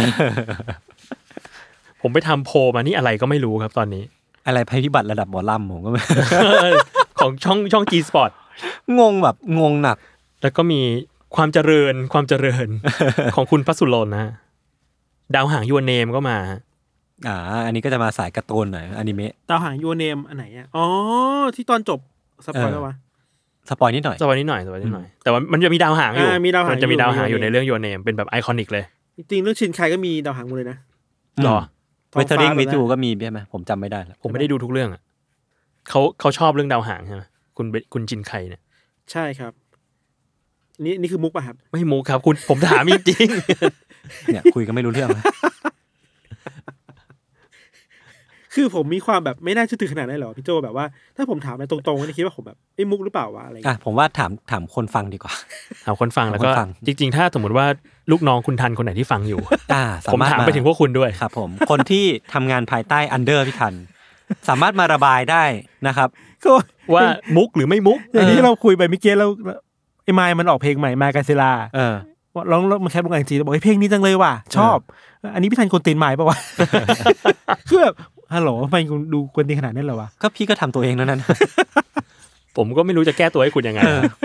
ผมไปทำโพลมานี่อะไรก็ไม่รู้ครับตอนนี้อะไรภัยพิบัติระดับหมอลำผมก็ไม่ของช่องช่อง G Sport งงแบบงงหนักแล้วก็มีความเจริญความเจริญของคุณพระสุรนนะดาวหางยูเนมก็มาอ่าอันนี้ก็จะมาสายการ์ตูนหน่อยอนิเมะดาวหางยูเนมอันไหนอ่ะอ๋อที่ตอนจบสปอยล์แล้ววะสปอยนิดหน่อยสปอยนิดหน่อยสปอยนิดหน่อยแต่ว่ามันจะมีดาวหางอยู่มันจะมีดาวหางอยู่ในเรื่องยูเนมเป็นแบบไอคอนิกเลยจริงๆเรื่องชินไคก็มีดาวหางหมดเลยนะหรอเวทเทอริงมิจูก็มีใช่ไหมผมจำไม่ได้แล้วผมไม่ได้ดูทุกเรื่องอ่ะเขาเขาชอบเรื่องดาวหางใช่ไหมคุณคุณจินไคเนี่ยใช่ครับนี่นี่คือมุกป่ะครับไม่มุกครับคุณผมถามจริงๆเนี่ยคุยกันไม่รู้เรื่องนะคืคือผมมีความแบบไม่น่าเชื่อถือขนาดนั้นหรอพี่โจแบบว่าถ้าผมถามไปตรงๆนี่คิดว่าผมแบบไอ้มุกหรือเปล่าวะอะไรอ่ะผมว่าถามถามคนฟังดีกว่าถามคนฟังแล้วก็จริงๆถ้าสมมติว่าลูกน้องคุณทันคนไหนที่ฟังอยู่อ่าผมถามไปถึงพวกคุณด้วยครับผมคนที่ทำงานภายใต้อันเดอร์พี่ทันสามารถมาระบายได้นะครับว่ามุกหรือไม่มุกอย่างที่เราคุยไปเมื่อกี้แล้วไอ้ไมล์มันออกเพลงใหม่มากาซิลาเออร้องมันแคปลงไอจีบอกเพลงนี้จังเลยว่ะชอบอันนี้พี่ทันคนตีนไม้ป่ะวะคือแบบฮัลโหลทำไมคุณดูคนตีนขนาดนั้นเหรอวะก็พี่ก็ทำตัวเองนั้นผมก็ไม่รู้จะแก้ตัวให้คุณยังไง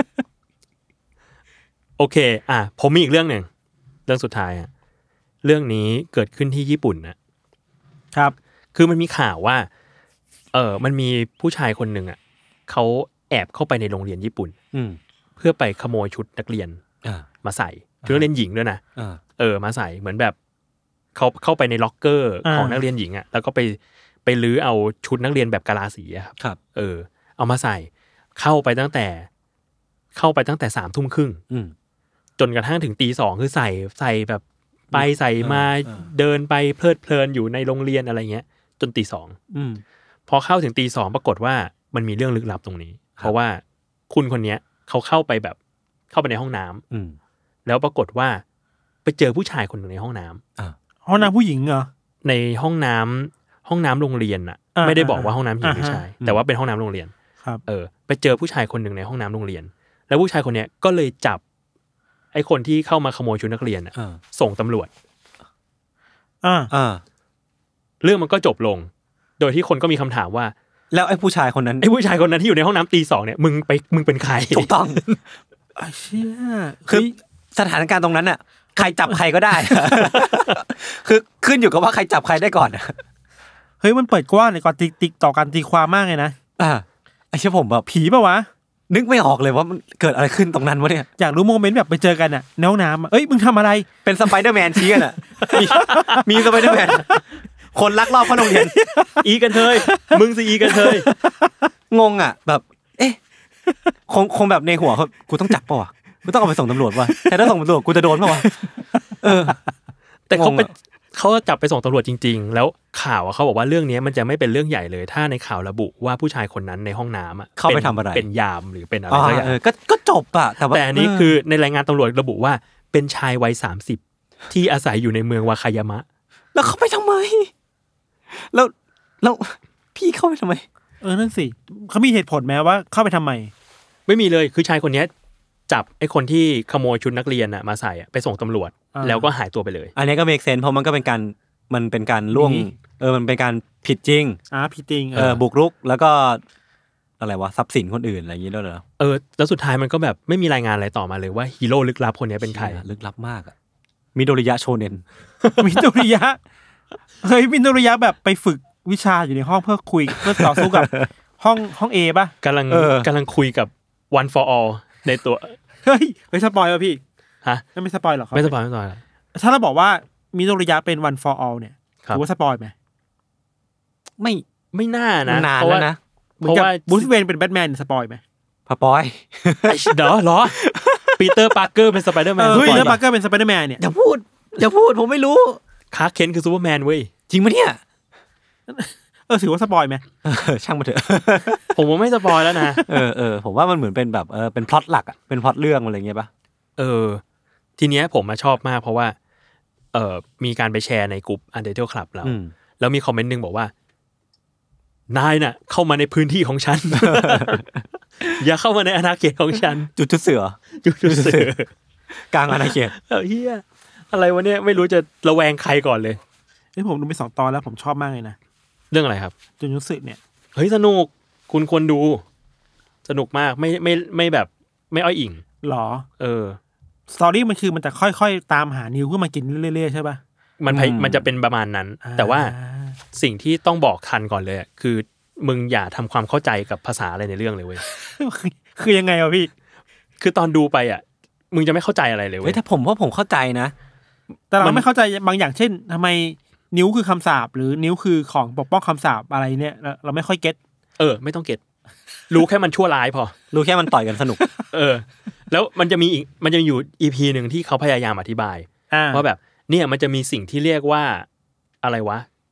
โอเคอ่ะผมมีอีกเรื่องหนึ่งเรื่องสุดท้ายอ่ะเรื่องนี้เกิดขึ้นที่ญี่ปุ่นนะครับคือมันมีข่าวว่าเออมันมีผู้ชายคนหนึ่งอ่ะเขาแอบเข้าไปในโรงเรียนญี่ปุ่นเพื่อไปขโมยชุดนักเรียนมาใส่ชุดนักเรียนหญิงด้วยนะเออมาใส่เหมือนแบบเขาเข้าไปในล็อกเกอร์ของนักเรียนหญิงอ่ะแล้วก็ไปไปลื้อเอาชุดนักเรียนแบบกะลาสีอ่ะครับเออเอามาใส่เข้าไปตั้งแต่เข้าไปตั้งแต่สามทุ่มครึ่งจนกระทั่งถึงตีสองคือใส่ใส่แบบไปใส่มาเดินไปเพลิดเพลินอยู่ในโรงเรียนอะไรเงี้ยจนตีสองพอเข้าถึงตีสองปรากฏว่ามันมีเรื่องลึกลับตรงนี้เพราะว่าคุณคนนี้เขาเข้าไปแบบเข้าไปในห้องน้ำแล้วปรากฏว่าไปเจอผู้ชายคนหนึ่งในห้องน้ำห้องน้ำผู้หญิงเหรอในห้องน้ำห้องน้ำโรงเรียนอ่ะไม่ได้บอกว่าห้องน้ำหญิงหรือชายแต่ว่าเป็นห้องน้ำโรงเรียนเออไปเจอผู้ชายคนหนึ่งในห้องน้ำโรงเรียนแล้วผู้ชายคนนี้ก็เลยจับไอ้คนที่เข้ามาขโมยชุดนักเรียนอ่ะส่งตำรวจอ่าอ่าเรื่องมันก็จบลงโดยที่คนก็มีคำถามว่าแล้วไอ้ผู้ชายคนนั้นไอ้ผู้ชายคนนั้นที่อยู่ในห้องน้ำตีสองเนี่ยมึงไปมึงเป็นใครถูกต้องไอ้เชี่ยคือสถานการณ์ตรงนั้นน่ะใครจับใครก็ได้ คือขึ้นอยู่กับว่าใครจับใครได้ก่อนเฮ้ยมันเปิดกว้างในการติ๊กต่อการตีความมากเลยนะอ่าไอ้เชี่ยผมแบบผีป่ะวะนึกไม่ออกเลยว่ามันเกิดอะไรขึ้นตรงนั้นวะเนี่ยอยากรู้โมเมนต์แบบไปเจอกันอ่ะในห้องน้ำเอ้ยมึงทำอะไรเป็นสไปเดอร์แมนชี้กันอ่ะมีมีสไปเดอร์แมนคนลักลอบเข้าโรงเรียนอีกันเทยมึงสิอีกันเทยงงอ่ะแบบเอ๊ะคงคงแบบในหัวเขากูต้องจับป่ะวะกูต้องเอาไปส่งตำรวจวะแต่ถ้าส่งตำรวจกูจะโดนป่ะวะเออแต่เขาไปเขาจับไปส่งตำรวจจริงๆแล้วข่าวเขาบอกว่าเรื่องนี้มันจะไม่เป็นเรื่องใหญ่เลยถ้าในข่าวระบุว่าผู้ชายคนนั้นในห้องน้ำอ่ะเข้าไปทำอะไรเป็นยามหรือเป็นอะไรสักอย่างก็ก็จบอ่ะแต่อันนี้คือในรายงานตำรวจระบุว่าเป็นชายวัยสามสิบที่อาศัยอยู่ในเมืองวาคายามะแล้วเขาไปทำไมแล้วแล้วพี่เข้าไปทำไมเออนั่นสิเขามีเหตุผลไหมว่าเข้าไปทำไมไม่มีเลยคือชายคนนี้จับไอ้คนที่ขโมยชุดนักเรียนน่ะมาใส่อ่ะไปส่งตำรวจแล้วก็หายตัวไปเลยอันนี้ก็เมคเซนส์เพราะมันก็เป็นการมันเป็นการล่วงเออมันเป็นการผิดจริงอ่าผิดจริงเออบุกรุกแล้วก็อะไรวะทรัพย์สินคนอื่นอะไรอย่างงี้ด้วยเหรอเออแล้วสุดท้ายมันก็แบบไม่มีรายงานอะไรต่อมาเลยว่าฮีโร่ลึกลับคนนี้เป็นใครลึกลับมากอ่ะมิโดริยะโชเน็นมิโดริยะเฮ้ยมิโดริยะแบบไปฝึกวิชาอยู่ในห้องเพื่อคุยเพื่อต่อสู้กับห้องห้อง A ป่ะกำลังกำลังคุยกับ one for all ในตัวเฮ้ยไม่สปอยล์ป่ะพี่ฮะไม่สปอยล์หรอครับไม่สปอยล์ไม่สปอยล์ถ้าเราบอกว่ามิโดริยะเป็น one for all เนี่ยถือว่าสปอยล์ไหมไม่ไม่น่านะนานแล้วนะเพราะว่าบูธเวนเป็นแบทแมนสปอยล์ไหมสปอยล์เดี๋ยวเหรอปีเตอร์ปาร์เกอร์เป็นสไปเดอร์แมนปีเตอร์ปาร์เกอร์เป็นสไปเดอร์แมนเนี่ยอย่าพูดอย่าพูดผมไม่รู้คาร์เคนคือซูเปอร์แมนเว้ยจริงปะเนี่ยเออถือว่าสปอยไหมช่างมาเถอะผมว่าไม่สปอยแล้วนะเออเออผมว่ามันเหมือนเป็นแบบเออเป็นพล็อตหลักอ่ะเป็นพล็อตเรื่องอะไรเงี้ยป่ะเออทีเนี้ยผมมาชอบมากเพราะว่าเออมีการไปแชร์ในกลุ่ม Untitled Club แล้วแล้วมีคอมเมนต์นึงบอกว่านายน่ะเข้ามาในพื้นที่ของฉัน อย่าเข้ามาในอาณาเขตของฉันจุดจุดเสือจุดจุดเสือกลางอาณาเขตเออเหี้ยอะไรวะเนี่ยไม่รู้จะระแวงใครก่อนเลยนี่ผมดูไปสองตอนแล้วผมชอบมากเลยนะเรื่องอะไรครับจุดยุทธศึกเนี่ยเฮ้ยสนุกคุณควรดูสนุกมากไม่ไม่ไม่แบบไม่อ้อยอิงหรอเออสตอรี่มันคือมันจะค่อยๆตามหานิวขึ้นมากินเรื่อยๆใช่ป่ะมันมันจะเป็นประมาณนั้นแต่ว่าสิ่งที่ต้องบอกทันก่อนเลยคือมึงอย่าทำความเข้าใจกับภาษาอะไรในเรื่องเลยเว้ยคือยังไงวะพี่คือตอนดูไปอ่ะมึงจะไม่เข้าใจอะไรเลยเว้ยถ้าผมว่าผมเข้าใจนะแต่เราไม่เข้าใจบางอย่างเช่นทำไมนิ้วคือคำสาปหรือนิ้วคือของปกป้องคำสาปอะไรเนี่ยเราไม่ค่อยเก็ตเออไม่ต้องเก็ตรู้แค่มันชั่วร้ายพอรู้แค่มันต่อยกันสนุกเออแล้วมันจะมีอีกมันจะอยู่ อี พี นึงที่เขาพยายามอธิบายว่าแบบเนี่ยมันจะมีสิ่งที่เรียกว่าอะไรวะ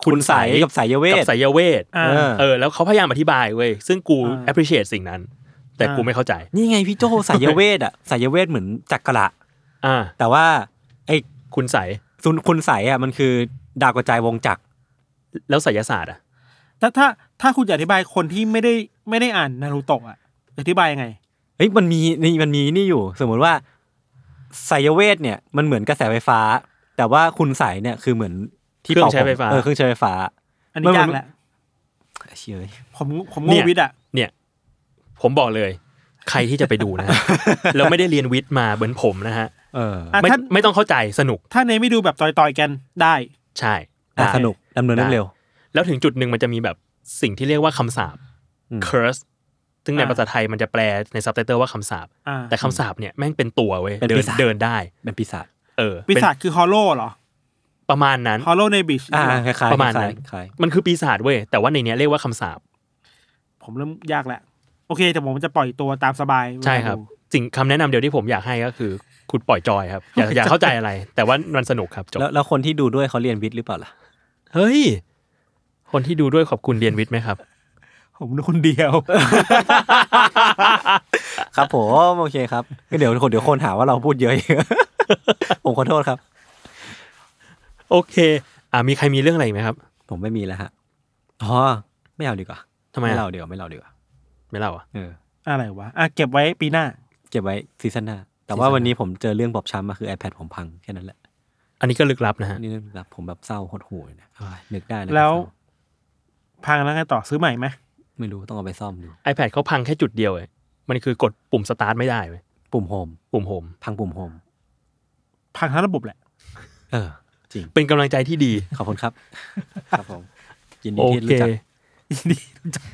คุณใสกับสายเวทกับสายเวทอ่าเออแล้วเขาพยายามอธิบายเว้ยซึ่งกู appreciate สิ่งนั้นแต่กูไม่เข้าใจนี่ไงพี่โจสายเวทอ่ะสายเวทเหมือนจักระอ่าแต่ว่าไอ้คุณใสคุณใสอ่ะมันคือดาวกระจายวงจักรแล้วไสยศาสตร์อ่ะถ้าถ้าถ้าคุณจะอธิบายคนที่ไม่ได้ไม่ได้อ่านนารูโตะอ่ะอธิบายยังไงเฮ้ยมันมีนี่มันมีนี่อยู่สมมติว่าสายเวทเนี่ยมันเหมือนกระแสไฟฟ้าแต่ว่าคุณใสเนี่ยคือเหมือนที่เครื่องใช้ไฟฟ้าเออเครื่องใช้ไฟฟ้าอันนี้ยากแหละเชื่อผมผมโง่วิทย์อ่ะเนี่ยผมบอกเลยใครที่จะไปดูนะ แล้วไม่ได้เรียนวิทย์มาเหมือนผมนะฮะเออไม่ไม่ต้องเข้าใจสนุกถ้าในไม่ดูแบบต่อยๆกันได้ใช่สนุกดำเนินเร็วแล้วถึงจุดหนึ่งมันจะมีแบบสิ่งที่เรียกว่าคำสาป curse ซึ่งในภาษาไทยมันจะแปลในซับไตเติลว่าคำสาปแต่คำสาปเนี่ยแม่งเป็นตัวเว้ยเดินเดินได้เป็นปีศาจเออปีศาจคือฮอลโลเหรอประมาณนั้นฮอลโลในบิชประมาณนั้นมันคือปีศาจเว้ยแต่ว่าในเนี้ยเรียกว่าคำสาปผมเริ่มยากแล้วโอเคแต่ผมจะปล่อยตัวตามสบายใช่ครับสิ่งคำแนะนำเดียวที่ผมอยากให้ก็คือคุณปล่อยจอยครับอย่าอย่าเข้าใจอะไรแต่ว่ามันสนุกครับจบแล้วคนที่ดูด้วยเขาเรียนวิทย์หรือเปล่าล่ะเฮ้ยคนที่ดูด้วยขอบคุณเรียนวิทย์ไหมครับผมดูคนเดียวครับผมโอเคครับก็เดี๋ยวคนเดี๋ยวคนหาว่าเราพูดเยอะผมขอโทษครับโอเคอ่ามีใครมีเรื่องอะไรไหมครับผมไม่มีแล้วฮะอ๋อไม่เอาดีกว่าทำไมไม่เล่าเดี๋ยวไม่เล่าดีกว่าไม่เล่าอ่ะเอออะไรวะอ่ะเก็บไว้ปีหน้าเก็บไว้ซีซั่นหน้าแต่ว่าวันนี้ผมเจอเรื่องบอบช้ำมาคือ iPad ผมพังแค่นั้นแหละอันนี้ก็ลึกลับนะฮะนี่ลึกลับผมแบบเศร้าหดหู่นะนึกได้เลยแล้วพังแล้วไงต่อซื้อใหม่ไหมไม่รู้ต้องเอาไปซ่อมดู iPad เขาพังแค่จุดเดียวเองมันคือกดปุ่มสตาร์ทไม่ได้เว้ยปุ่มโฮมปุ่มโฮมพังปุ่มโฮมพังทั้งระบบแหละเออจริงเป็นกำลังใจที่ดีขอบคุณครับครับผมยินดีที่รู้จักยินดีรู้จัก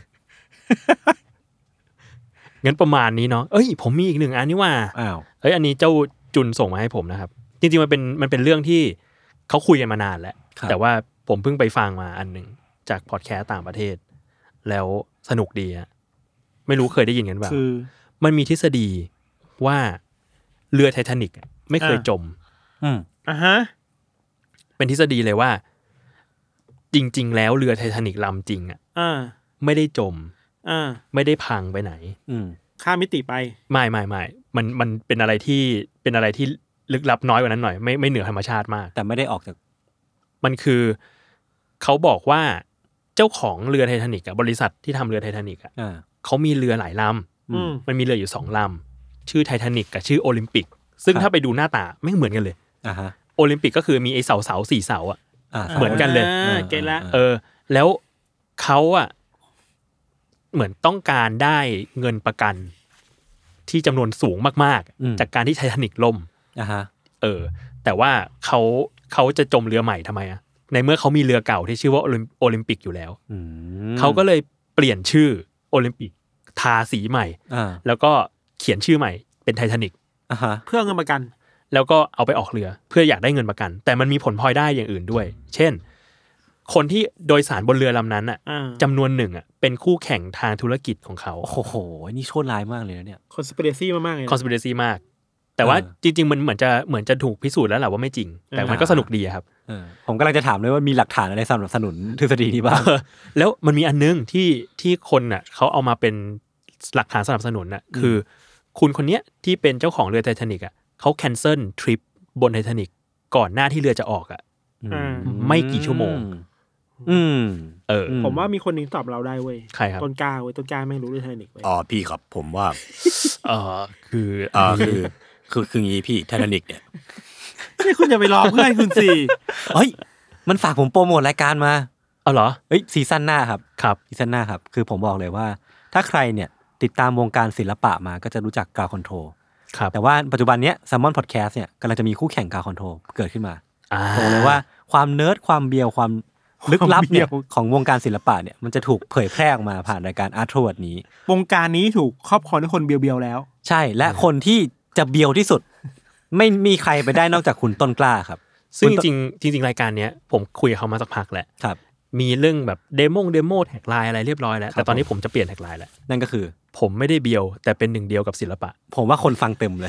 งั้นประมาณนี้เนาะเอ้ยผมมีอีกหนึ่งอันนี่ว่าอ้าวเอ้ยอันนี้เจ้าจุนส่งมาให้ผมนะครับจริงๆมันเป็นมันเป็นเรื่องที่เขาคุยกันมานานแล้วแต่ว่าผมเพิ่งไปฟังมาอันหนึ่งจากพอดแคสต์ต่างประเทศแล้วสนุกดีอะไม่รู้เคยได้ยินกันป่ะคือมันมีทฤษฎีว่าเรือไททานิกไม่เคยจมอืมอ่าฮะเป็นทฤษฎีเลยว่าจริงๆแล้วเรือไททานิกลำจริงอ่ะไม่ได้จมไม่ได้พังไปไหนข้ามมิติไปไม่ไม่ไม่มันมันเป็นอะไรที่เป็นอะไรที่ลึกลับน้อยกว่านั้นหน่อยไม่ไม่เหนือธรรมชาติมากแต่ไม่ได้ออกจากมันคือเขาบอกว่าเจ้าของเรือไททานิกอ่ะบริษัทที่ทำเรือไททานิกอ่ะเขามีเรือหลายลำมันมีเรืออยู่สองลำชื่อไททานิกกับชื่อโอลิมปิกซึ่งถ้าไปดูหน้าตาไม่เหมือนกันเลยอ่าฮะโอลิมปิกก็คือมีไอ้เสาเสาสี่เสาอ่ะเหมือนกันเลยเก็ทละเออแล้วเขาอ่ะเหมือนต้องการได้เงินประกันที่จำนวนสูงมากๆจากการที่ไททานิกล่มอ่าฮะเออแต่ว่าเขาเขาจะจมเรือใหม่ทำไมอ่ะในเมื่อเขามีเรือเก่าที่ชื่อว่าโอลิมปิกอยู่แล้วเขาก็เลยเปลี่ยนชื่อโอลิมปิกทาสีใหม่แล้วก็เขียนชื่อใหม่เป็นไททานิกเพื่อเงินประกันแล้วก็เอาไปออกเรือเพื่ออยากได้เงินประกันแต่มันมีผลพลอยได้อย่างอื่นด้วยเช่นคนที่โดยสารบนเรือลำนั้นอ่ะจำนวนหนึ่งอ่ะเป็นคู่แข่งทางธุรกิจของเขาโอ้โหนี่โชดร้ายมากเลยนะเนี่ยคอนสปิเรซี่มากๆเลยคอนสปิเรซี่มากแต่ว่าจริงๆมันเหมือนจะเหมือนจะถูกพิสูจน์แล้วแหละว่าไม่จริงแต่มันก็สนุกดีครับผมกำลังจะถามเลยว่ามีหลักฐานอะไรสนับสนุนทฤษฎีนี้บ้างแล้วมันมีอันนึงที่ที่คนอ่ะเขาเอามาเป็นหลักฐานสนับสนุนอ่ะคือคุณคนเนี้ยที่เป็นเจ้าของเรือไททานิกอ่ะเขาแคนเซิลทริปบนไททานิกก่อนหน้าที่เรือจะออกอ่ะไม่กี่ชั่วโมงอืมเออผมว่ามีคนนึงตอบเราได้เว้ยใครครับต้นกล้าเว้ยต้นกล้าไม่รู้เรื่องไททานิกเว้ยอ๋อพี่ครับผมว่าเออคือเออคือคือคืองี้พี่ไททานิกเนี่ยนี่คุณอย่าไปรอเพื่อนคุณสิเฮ้ยมันฝากผมโปรโมทรายการมาเอาเหรอเฮ้ยซีซั่นหน้าครับครับซีซั่นหน้าครับคือผมบอกเลยว่าถ้าใครเนี่ยติดตามวงการศิลปะมาก็จะรู้จักกาคอนโทรครับแต่ว่าปัจจุบันเนี้ย Salmon Podcast เนี่ยกำลังจะมีคู่แข่งกาคอนโทรเกิดขึ้นมาบอกเลยว่าความเนิร์ดความเบียวความลึกลับเนี่ยของวงการศิลปะเนี่ยมันจะถูกเผยแพร่ออกมาผ่านรายการ Art Tour นี้วงการนี้ถูกครอบครองด้วยคนเบียวๆแล้วใช่และคนที่จะเบียวที่สุดไม่มีใครไปได้นอกจากคุณต้นกล้าครับซึ่งจริงจริงรายการเนี้ยผมคุยกับเขามาสักพักแหละครับมีเรื่องแบบเดโมเดโมแท็กไลน์อะไรเรียบร้อยแล้วแต่ตอนนี้ผมจะเปลี่ยนแท็กไลน์แล้วนั่นก็คือผมไม่ได้เบียวแต่เป็นหนึ่งเดียวกับศิลปะผมว่าคนฟังเต็มเลย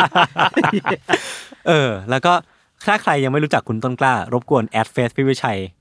เออแล้วก็ถ้าใครยังไม่รู้จักคุณต้นกล้ารบกวนแอดเฟซพี่วิชัยกับ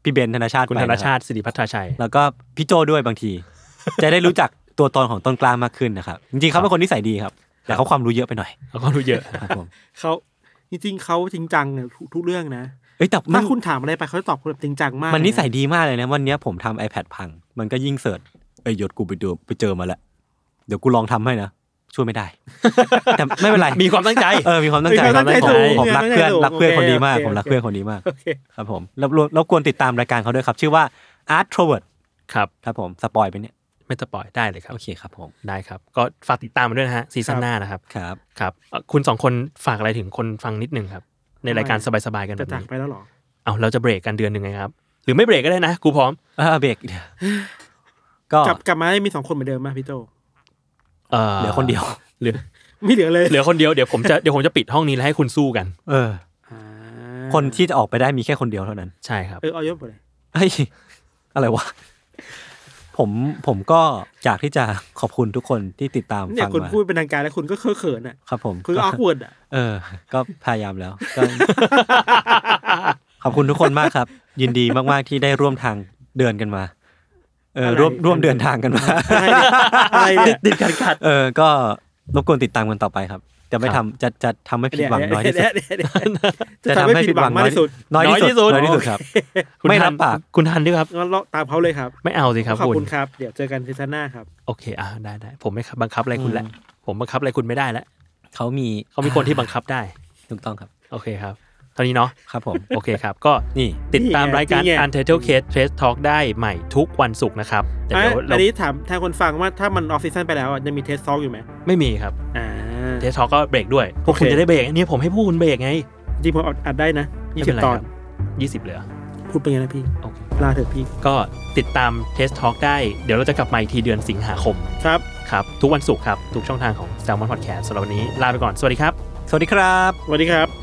พี่เบนธนชาติคุณธนชาติสิริพัฒนาชัยแล้วก็พี่โจด้วยบางที จะได้รู้จักตัวตนของต้นกล้ามากขึ้นนะครับจริงๆเขาเป็นคนนิสัยดีครับแต่เขาความรู้เยอะไปหน่อยเขาความรู้เยอะครับผมเขาจริงๆเขาจริงจังเนี่ยทุกเรื่องนะเอ้ยแต่ถ้าคุณถามอะไรไปเขาจะตอบแบบจริงจังมากมันนิสัยดีมากเลยนะวันนี้ผมทำ iPad พังมันก็ยิ่งเสิร์ชเอ้ยยศกูไปดูไปเจอมาแล้วเดี๋ยวกูลองทำให้นะช่วยไม่ได้แต่ไม่เป็นไรมีความตั้งใจเออมีความตั้งใจผมผมรักเพื่อนรักเพื่อนคนนี้มากผมรักเพื่อนคนนี้มากครับผมแล้วแล้วควรติดตามรายการเขาด้วยครับชื่อว่า Artrovert ครับครับผมสปอยไปเนี่ยไม่สปอยได้เลยครับโอเคครับผมได้ครับก็ฝากติดตามมาด้วยนะฮะซีซั่นหน้านะครับครับครับคุณสองคนฝากอะไรถึงคนฟังนิดนึงครับในรายการสบายๆกันแบบนี้จะจากไปแล้วหรอเอาเราจะเบรกกันเดือนนึงไงครับหรือไม่เบรกก็ได้นะกูพร้อมเออเบรกก็กลับกลับมามีสองคนเหมือนเดิมมั้ยพี่โจเออเหลือคนเดียวเหลือไม่เหลือเลยเหลือคนเดียวเดี๋ยวผมจะเดี๋ยวผมจะปิดห้องนี้แล้วให้คุณสู้กันเออคนที่จะออกไปได้มีแค่คนเดียวเท่านั้นใช่ครับเออเอายศไปเลยเฮ้ยอะไรวะผมผมก็อยากที่จะขอบคุณทุกคนที่ติดตามฟังมาเนี่ยคุณพูดเป็นทางการแล้วคุณก็เขินๆอ่ะครับผมคือออกเวิร์ดอ่ะเออก็พยายามแล้วก็ขอบคุณทุกคนมากครับยินดีมากๆที่ได้ร่วมทางเดินกันมาเออร่วมร่วมเดินทางกันมาอะไรเนี่ยติดกันขัดเออก็รบกวนติดตามกันต่อไปครับจะไม่ทำจะจะทำให้ผิดหวังน้อยที่สุดจะทำให้ผิดหวังน้อยที่สุดน้อยที่สุดน้อยที่สุดครับไม่รับปากคุณทันด้วยครับงั้นเราตามเขาเลยครับไม่เอาสิครับขอบคุณครับเดี๋ยวเจอกันซีซั่นหน้าครับโอเคอ่ะได้ได้ผมไม่บังคับอะไรคุณแล้วผมบังคับอะไรคุณไม่ได้แล้วเขามีเขามีคนที่บังคับได้ถูกต้องครับโอเคครับตอนนี้เนาะครับผมโอเคครับก็นี่ติดตามรายการ Untitled Case Trace Talk ได้ใหม่ทุกวันศุกร์นะครับเดี๋ยวอันนี้ถามทางคนฟังว่าถ้ามันออฟซีซั่นไปแล้วยังมี Trace Talk อยู่ไหมไม่มีครับอ่า Trace Talk ก็เบรกด้วยพวกคุณจะได้เบรกนี่ผมให้พวกคุณเบรกไงจริงผมอัดได้นะยี่สิบตอนยี่สิบเหลือพูดไปไงนะพี่โอเคลาเถอะพี่ก็ติดตาม Trace Talk ได้เดี๋ยวเราจะกลับมาอีกทีเดือนสิงหาคมครับครับทุกวันศุกร์ครับทุกช่องทางของ Salmon Podcast สำหรับวันนี้ลาไปก่อนสวัสดีครับสวัสดีครับสวัสดีครับ